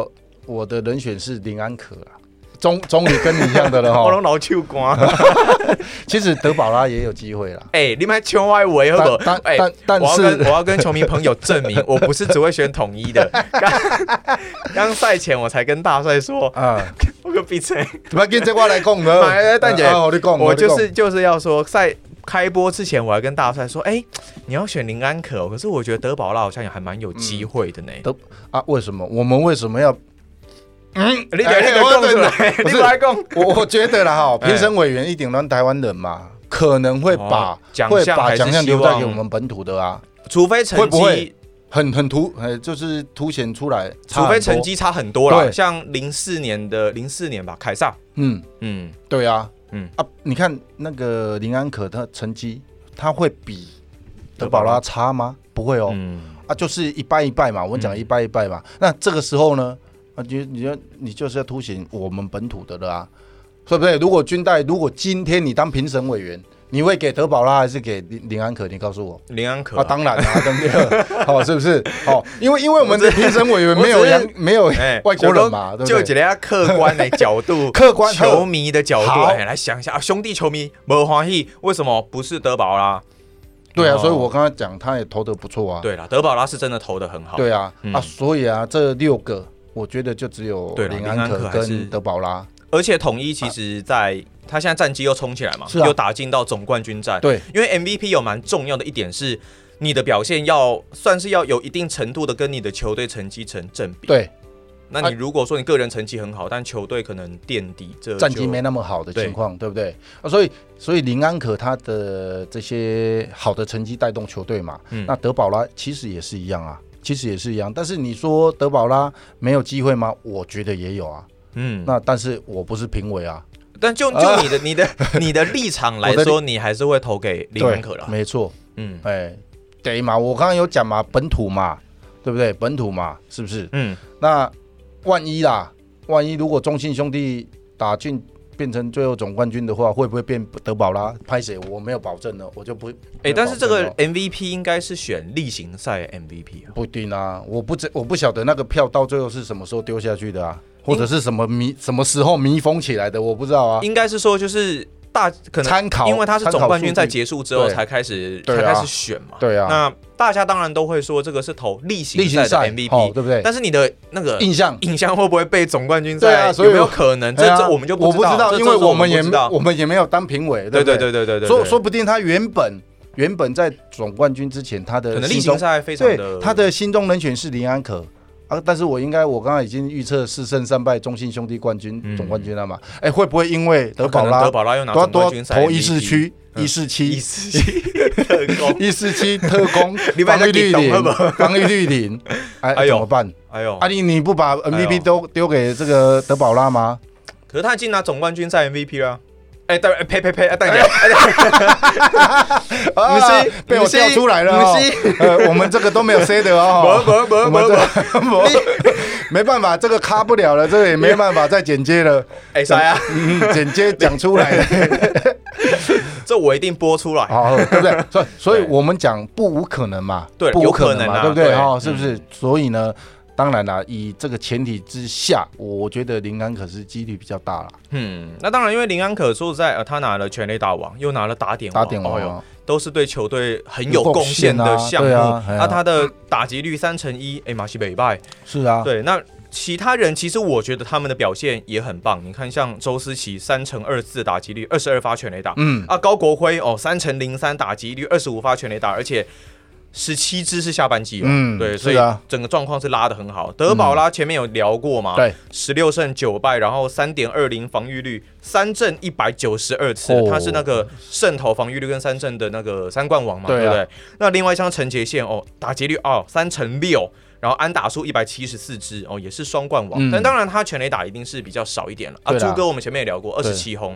我的人选是林安可啊。终终于跟你一样的了哈， 我拢老手干。 其实德保拉也有机会啦。 哎、欸，你们球外围好不好？ 但但、欸、但我要是跟我要跟球迷朋友证明，我不是只会选统一的。刚赛前我才跟大帅说，啊、嗯，我个闭嘴， 怎么跟这话来讲呢？ 蛋姐， 啊、我, 我就是就是要说，在开播之前，我还跟大帅说，哎、欸，你要选林安可，可是我觉得德保拉好像也还蛮有机会的呢。 德、嗯、啊，为什么？我们为什么要？ 嗯，你讲那个讲出来，你来讲。 我我觉得啦哈，评审委员一定让台湾人嘛，可能会把、哦、 会把奖项留在给我们本土的啊， 除非成绩会不会很很突，就是凸显出来， 除非成绩差很多啦，像零四年的零四年吧，凯撒， 嗯嗯，对啊，嗯啊，你看那个林安可的成绩，他会比德保拉差吗？不会哦，嗯、啊，就是一败一败嘛，我们讲一败一败嘛，嗯、那这个时候呢？啊，你你就你就是要凸显我们本土的了啊，对不对？如果军代，如果今天你当评审委员，你会给德保拉还是给林安可？你告诉我。 林安可啊, 啊，当然啦、啊，对不对？好、哦，是不是？好、哦，因为因为我们的评审委员没有洋没有外国人嘛，对不对？ 就一个客观的角度， 客观球迷的角度，哎，来想一下啊，兄弟球迷没欢喜，为什么不是德保拉？ 对啊，所以我刚才讲他也投得不错啊。 对啦，德保拉是真的投得很好。 对啊，嗯、啊，所以啊，这六个。我觉得就只有林安可跟德保拉， 而且统一其实在，在他现在战绩又冲起来嘛， 啊、 又打进到总冠军战。 对， 因为 M V P 有蛮重要的一点是，你的表现要算是要有一定程度的跟你的球队成绩成正比。 对， 那你如果说你个人成绩很好，但球队可能垫底，这战绩没那么好的情况， 对, 对不对？啊，所以所以林安可他的这些好的成绩带动球队嘛，嗯、那德保拉其实也是一样啊。其实也是一样，但是你说德保拉没有机会吗？我觉得也有啊。嗯，那但是我不是评委啊。 但就就你的、啊、你的你的立场来说，你还是会投给林安可啦。 没错，嗯，哎、欸，对嘛，我刚刚有讲嘛，本土嘛，对不对？本土嘛，是不是？嗯，那万一啦，万一如果中信兄弟打进。变成最后总冠军的话，会不会变德保拉？拍谁？我没有保证了，我就不。 哎、欸，但是这个 M V P 应该是选例行赛 M V P 啊， 不一定啊，我不知我不晓得那个票到最后是什么时候丢下去的啊，或者是什么密什么时候密封起来的，我不知道啊。 应该是说就是大可能参考， 因为他是总冠军在结束之后才开始才开始选嘛。 对啊， 那大家当然都会说这个是投例行赛的 M V P，、哦、 对不对？ 但是你的那个印象印象会不会被总冠军赛有没有可能？这这我们就不知道， 我不知道，因为我们也我们也没有当评委，对不对？ 对对对对对， 说说不定他原本原本在总冠军之前，他的可能例行赛非常的， 对他的心中人选是林安可。啊！但是我应该，我刚刚已经预测四胜三败，中信兄弟冠军、嗯、总冠军了嘛？哎、欸，会不会因为德保拉德保拉又拿总冠军赛投一四七一四七一四七特工一四七特工防御率零防御率零，哎，哎怎么办？哎呦，啊你你不把 M V P 都丢给这个德保拉吗？ 可是他已经拿总冠军赛 M V P 了。哎、欸，等呸呸呸！等一下， 不是被我调出来了哦。呃，我们这个都没有 say 的哦。 不不不不不， 没办法，这个卡不了了，这个也没办法再剪接了。 哎，啥呀？ 剪接讲出来了， 这我一定播出来， 哦，对不对？所以，所以我们讲不无可能嘛， 对， 不无可能嘛，对不对？哦，是不是？ 嗯、 所以呢？当然啦，以这个前提之下，我觉得林安可是几率比较大啦。 嗯，那当然，因为林安可说实在，呃，他拿了全垒打王，又拿了打点王， 打点王、哦、 都是对球队很有贡献的项目。 啊， 那、啊啊、他的打击率三成一，哎，马西北拜是啊， 对。那其他人其实我觉得他们的表现也很棒。你看，像周思齐三成二四打击率，二十二发全垒打，嗯啊，高国辉哦三成零三打击率，二十五发全垒打，而且。十七支是下半季哦，嗯，对，所以整个状况是拉得很好。德保拉前面有聊过嘛， 对， 十六胜九败，然后三点二零防御率，三振一百九十二次，哦、他是那个胜投防御率跟三振的那个三冠王嘛，对, 啊、对不对？那另外像陈杰宪哦，打击率哦三成六。然后安打数一百七十四支哦，也是双冠王、嗯，但当然他全垒打一定是比较少一点了啊。朱哥我们前面也聊过，二十七轰。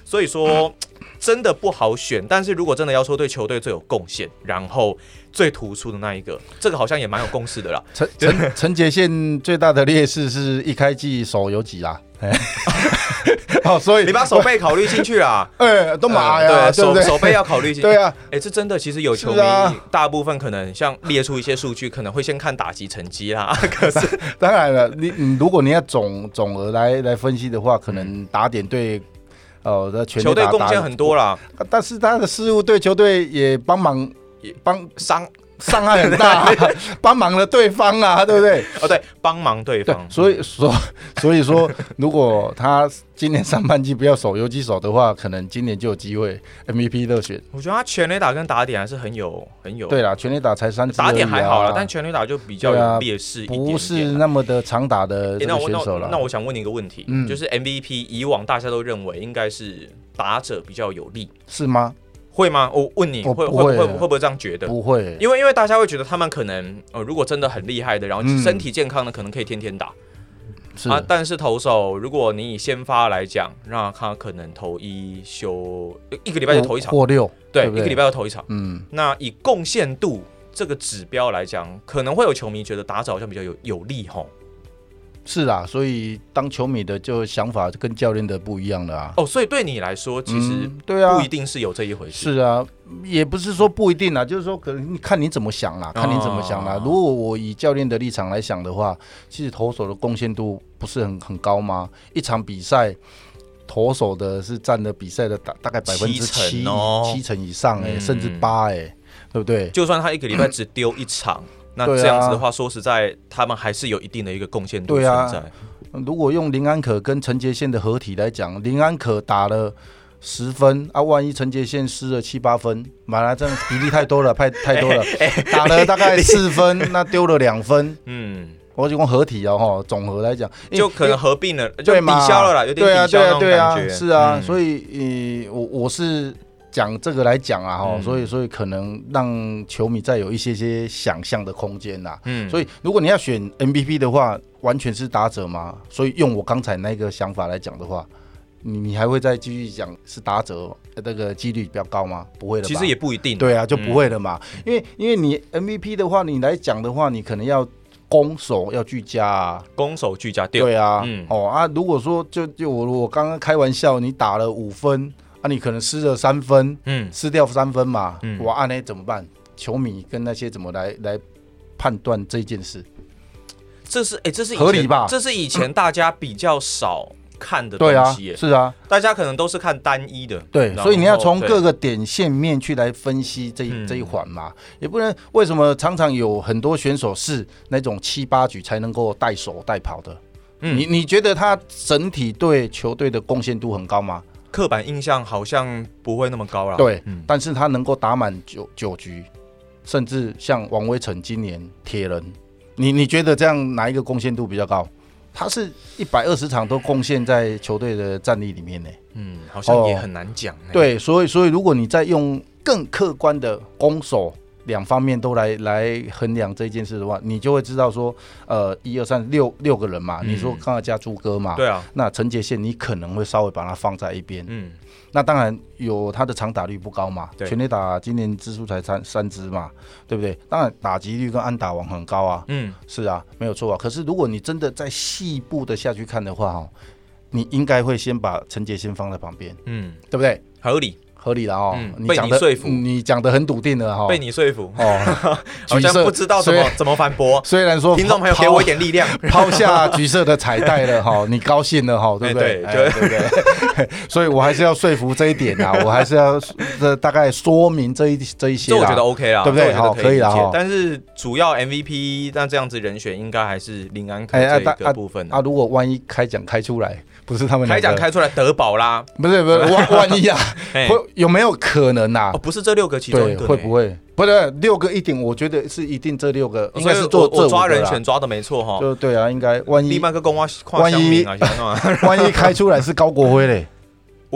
所以说真的不好选。但是如果真的要说对球队最有贡献，然后最突出的那一个，这个好像也蛮有共识的啦。 陈陈陈杰宪最大的劣势是一开季手有几啦。哦，所以你把手背考虑进去啦， 哎、欸，都麻呀、 呃，对， 对不对？ 手手背要考虑进去。 对啊， 哎、欸，这真的，其实有球迷、啊、大部分可能像列出一些数据，可能会先看打击成绩啦。可是当然了，你你如果你要总总额来来分析的话，可能打点对呃的全球队贡献很多啦， 但是他的失误对球队也帮忙，也帮伤。 伤害很大、啊，帮忙了对方啊，对不对？ 哦，对，帮忙对方。 对，所以说，所以说，如果他今年上半季不要守游击手的话，可能今年就有机会 M V P 热选。 我觉得他全垒打跟打点还是很有很有。 对啦，全垒打才三支、啊， 打点还好啦，但全垒打就比较有劣势一点点、啊， 不是那么的常打的这个选手了、 欸。那我想问你一个问题，嗯、就是 M V P 以往大家都认为应该是打者比较有利， 是吗？ 会吗？我问你，会会会会不会这样觉得？ 不会， 因为因为大家会觉得他们可能呃，如果真的很厉害的，然后身体健康的，可能可以天天打。 是啊，但是投手，如果你以先发来讲，那他可能投一休一个礼拜就投一场或六， 对， 对对一个礼拜就投一场。 嗯， 那以贡献度这个指标来讲，可能会有球迷觉得打者好像比较有有利吼。 是啦，所以当球迷的就想法跟教练的不一样了啊。 哦，所以对你来说，其实、嗯、 对啊， 不一定是有这一回事。 是啊，也不是说不一定啦，就是说可能看你怎么想啦，看你怎么想啦。哦、如果我以教练的立场来想的话，其实投手的贡献度不是很很高吗？一场比赛，投手的是占了比赛的大大概百分之七七成以上哎、欸嗯，甚至八哎、欸，对不对？ 就算他一个礼拜只丢一场。那这样子的话，说实在，他们还是有一定的一个贡献度存在。 啊、如果用林安可跟陈杰宪的合体来讲，林安可打了十分啊，万一陈杰宪失了七八分，马来这样比例太多了，太太多了，欸欸、打了大概四分，那丢了两分，嗯。我就讲合体哦，哈，总和来讲， 就可能合并了，就抵消了啦，有点抵消那种感觉。 对啊，对啊，对啊，是啊，嗯、所以，呃，我我是。讲这个来讲啊，哈、嗯，所以所以可能让球迷再有一些些想象的空间啦。嗯，所以如果你要选 M V P 的话，完全是打者嘛。所以用我刚才那个想法来讲的话，你你还会再继续讲是打者那个几率比较高吗？不会的吧， 其实也不一定。 对啊，就不会了嘛。嗯、因为因为你 M V P 的话，你来讲的话，你可能要攻守要俱佳啊， 攻守俱佳。 对啊，嗯、哦啊，如果说就就我我刚刚开玩笑，你打了五分。啊、你可能失了三分，嗯，失掉三分嘛，嗯，哇，那怎么办？球迷跟那些怎么来来判断这件事？ 这是哎、欸，这是以前合理吧？ 这是以前大家比较少看的东西耶， 对啊，是啊， 大家可能都是看单一的， 对，所以你要从各个点线面去来分析这一、嗯、这一环嘛，也不能为什么常常有很多选手是那种七八局才能够带手带跑的？嗯，你你觉得他整体对球队的贡献度很高吗？ 刻板印象好像不会那么高啦， 对、嗯，但是他能够打满九九局，甚至像王威成今年铁人，你你觉得这样哪一个贡献度比较高？他是一百二十场都贡献在球队的战力里面呢， 嗯，好像也很难讲、哦。 对，所以所以如果你再用更客观的攻守两方面都来来衡量这件事的话，你就会知道说，呃，一二三六六个人嘛，嗯、你说刚才加朱哥嘛， 对啊， 那陈杰宪你可能会稍微把它放在一边，嗯，那当然有他的长打率不高嘛，全垒打今年支数才三三支嘛，对不对？当然打击率跟安打王很高啊，嗯，是啊，没有错啊。可是如果你真的再细部的下去看的话，哈，你应该会先把陈杰宪放在旁边，嗯，对不对？ 合理。 合理了哦、嗯， 你被你说服， 你讲得很笃定了哈、哦， 被你说服哦，好像不知道怎么怎么反驳。 虽然说听众朋友给我一点力量， 抛下橘色的彩带了哈，你高兴了哈，对不对？ 欸、对， 哎、对不对？所以我还是要说服这一点啊，我还是要大概说明这一这一些， 这我觉得 OK 啦， 对不对？好，可以了。 但是主要 M V P 那这样子人选应该还是林安可这个部分啊, 啊, 啊。如果万一开奖开出来，不是他们开奖开出来得宝啦， 不是不是万万一啊，会有没有可能？啊哦、不是这六个其中一个， 会不会？不是六个一定，我觉得是一定这六个，应该是做我, 我抓人选抓的没错哈。 就对啊，应该万一立马个公万万一万一开出来是高国辉嘞，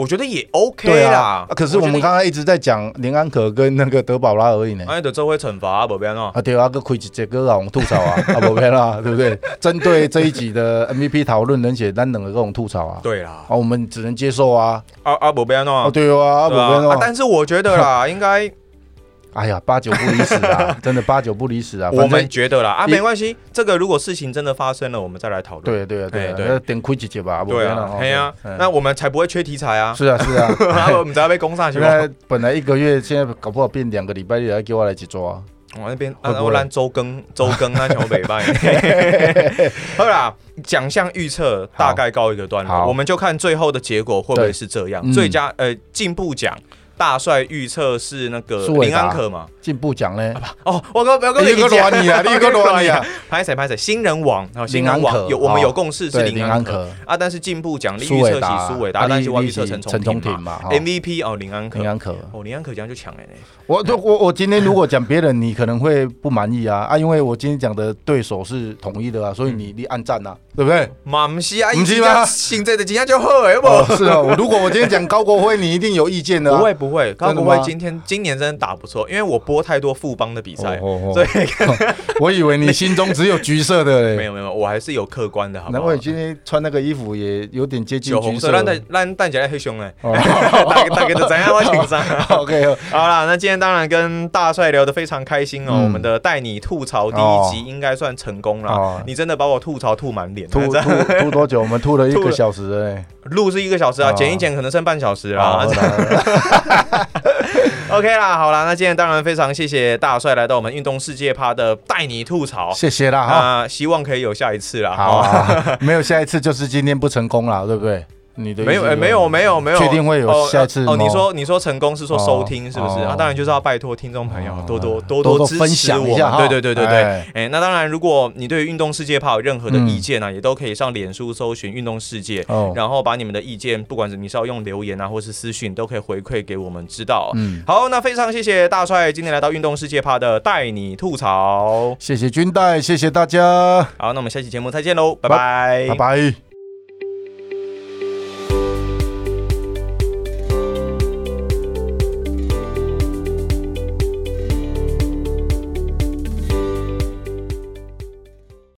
我觉得也 OK 啦。 啊啊、可是我们刚才一直在讲林安可跟那个德保拉而已呢。 哎，就这会惩罚啊，不变哦。 啊，对啊，个开一节个让我们吐槽啊，啊，不变啦，对不对？针对这一集的 M V P 讨论，能写单两个跟我们吐槽啊。 对啦， 啊，我们只能接受啊。 啊啊，不变哦。 哦，对啊，啊，不变哦。 但是我觉得啦，应该。 哎呀，八九不离十啊，真的八九不离十啊。 我们觉得啦，啊，没关系，这个如果事情真的发生了，我们再来讨论。 对对对对，那点亏几节吧， 对啊，对啊，那我们才不会缺题材啊。 是啊是啊， 我们才要被攻上去。 现在本来一个月，现在搞不好变两个礼拜，来给我来一抓。 我那边啊，我咱周更周更啊，全部北拜。好啦，奖项预测大概告一个段落，我们就看最后的结果会不会是这样。最佳呃进步奖。大帅预测是那个林安可嘛？ 进步奖呢？ 哦，我刚我刚你个乱你啊！你个乱你啊！ 拍谁拍谁？新人王，然后新人王有我们有共识是林安可啊，但是进步奖预测是苏伟达，但是我预测陈聪廷嘛。M V P 哦，林安可， 林安可哦，林安可这样就强了呢。 我我我今天如果讲别人，你可能会不满意啊啊，因为我今天讲的对手是统一的啊，所以你你按赞啊，对不对？ 嘛不是啊， 不是吗？ 现在的今天就好哎，不？ 是哦，如果我今天讲高国辉，你一定有意见的。 不会不会，高国辉今天今年真的打不错，因为我播太多富邦的比赛，所以我以为你心中只有橘色的嘞。 没有没有，我还是有客观的，好不好？ 难怪你今天穿那个衣服也有点接近橘色。 咱带咱带起来黑熊嘞，大大概都怎样我紧张。 OK， 好啦，那今天当然跟大帅聊得非常开心哦。我们的带你吐槽第一集应该算成功了，你真的把我吐槽吐满脸。 吐吐吐多久？我们吐了一个小时嘞。 录是一个小时啊，剪一剪可能剩半小时啦。OK 啦，好啦，那今天当然非常谢谢大帅来到我们运动世界趴的带你吐槽， 谢谢啦哈，希望可以有下一次啦。 好啊，没有下一次就是今天不成功啦，对不对？你的没有、欸、没有没有没有， 确定会有下一次哦？你说你说成功是说收听是不是？哦、啊，当然就是要拜托听众朋友多多多多支持我们。对对对对对，哎、欸，那当然，如果你对于运动世界趴有任何的意见啊，嗯、也都可以上脸书搜寻运动世界，哦、然后把你们的意见，不管是你是要用留言啊，或是私讯，都可以回馈给我们知道。嗯，好，那非常谢谢大帅今天来到运动世界趴的带你吐槽， 谢谢军代，谢谢大家。 好，那我们下期节目再见喽，拜拜， 拜拜。